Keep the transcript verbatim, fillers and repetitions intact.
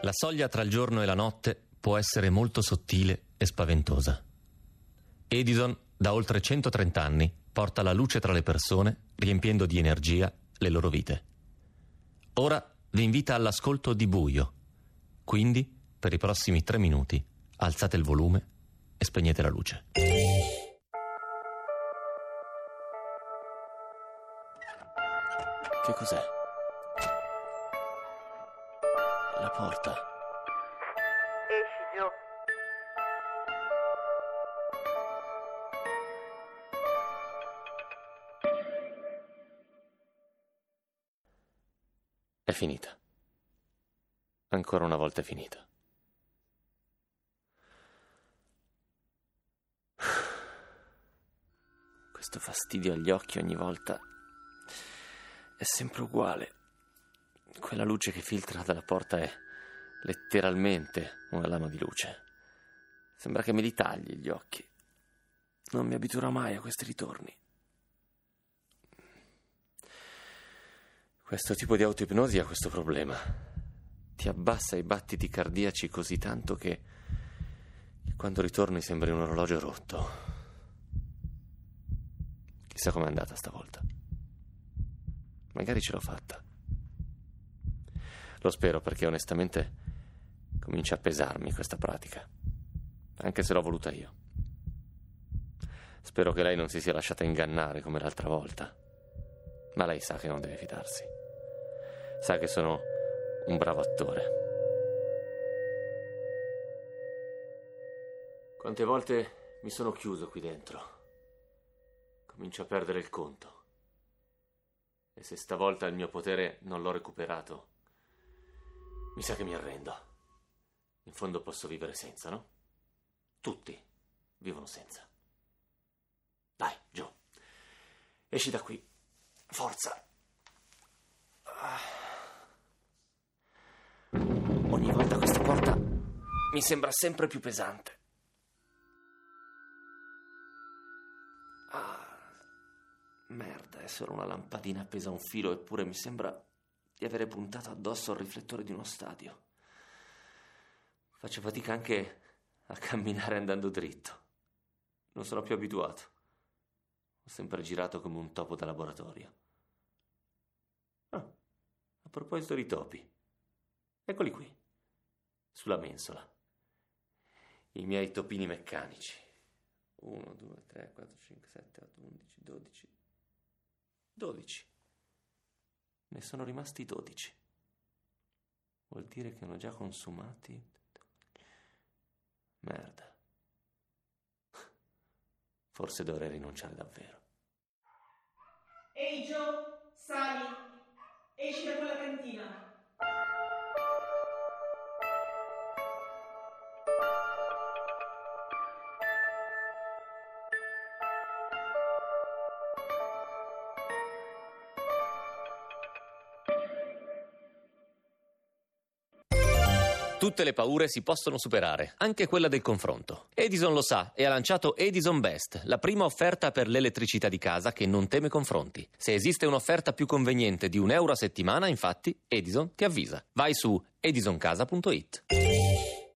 La soglia tra il giorno e la notte può essere molto sottile e spaventosa. Edison, da oltre centotrenta anni, porta la luce tra le persone, riempiendo di energia le loro vite. Ora vi invita all'ascolto di Buio. Quindi, per i prossimi tre minuti, alzate il volume e spegnete la luce. Che cos'è? La porta. Esci, Gio. È finita. Ancora una volta è finita. Questo fastidio agli occhi ogni volta è sempre uguale. Quella luce che filtra dalla porta è letteralmente una lama di luce. Sembra che me li tagli gli occhi. Non mi abituerò mai a questi ritorni. Questo tipo di autoipnosi ha questo problema. Ti abbassa i battiti cardiaci così tanto che quando ritorni sembri un orologio rotto. Chissà com'è andata stavolta. Magari ce l'ho fatta. Lo spero, perché onestamente comincia a pesarmi questa pratica, anche se l'ho voluta io. Spero che lei non si sia lasciata ingannare come l'altra volta, ma lei sa che non deve fidarsi. Sa che sono un bravo attore. Quante volte mi sono chiuso qui dentro. Comincio a perdere il conto. E se stavolta il mio potere non l'ho recuperato, mi sa che mi arrendo. In fondo posso vivere senza, no? Tutti vivono senza. Dai, Gio. Esci da qui. Forza. Ogni volta questa porta mi sembra sempre più pesante. Ah, merda, è solo una lampadina appesa a un filo, eppure mi sembra di avere puntato addosso al riflettore di uno stadio. Faccio fatica anche a camminare andando dritto. Non sono più abituato. Ho sempre girato come un topo da laboratorio. Ah, a proposito di topi, eccoli qui, sulla mensola. I miei topini meccanici. uno, due, tre, quattro, cinque, sette, otto, undici, dodici. dodici. Ne sono rimasti dodici. Vuol dire che ne ho già consumati. Merda. Forse dovrei rinunciare davvero. Ehi, Gio, sali. Esci da quella cantina. Tutte le paure si possono superare, anche quella del confronto. Edison lo sa e ha lanciato Edison Best, la prima offerta per l'elettricità di casa che non teme confronti. Se esiste un'offerta più conveniente di un euro a settimana, infatti, Edison ti avvisa. Vai su edison casa punto it.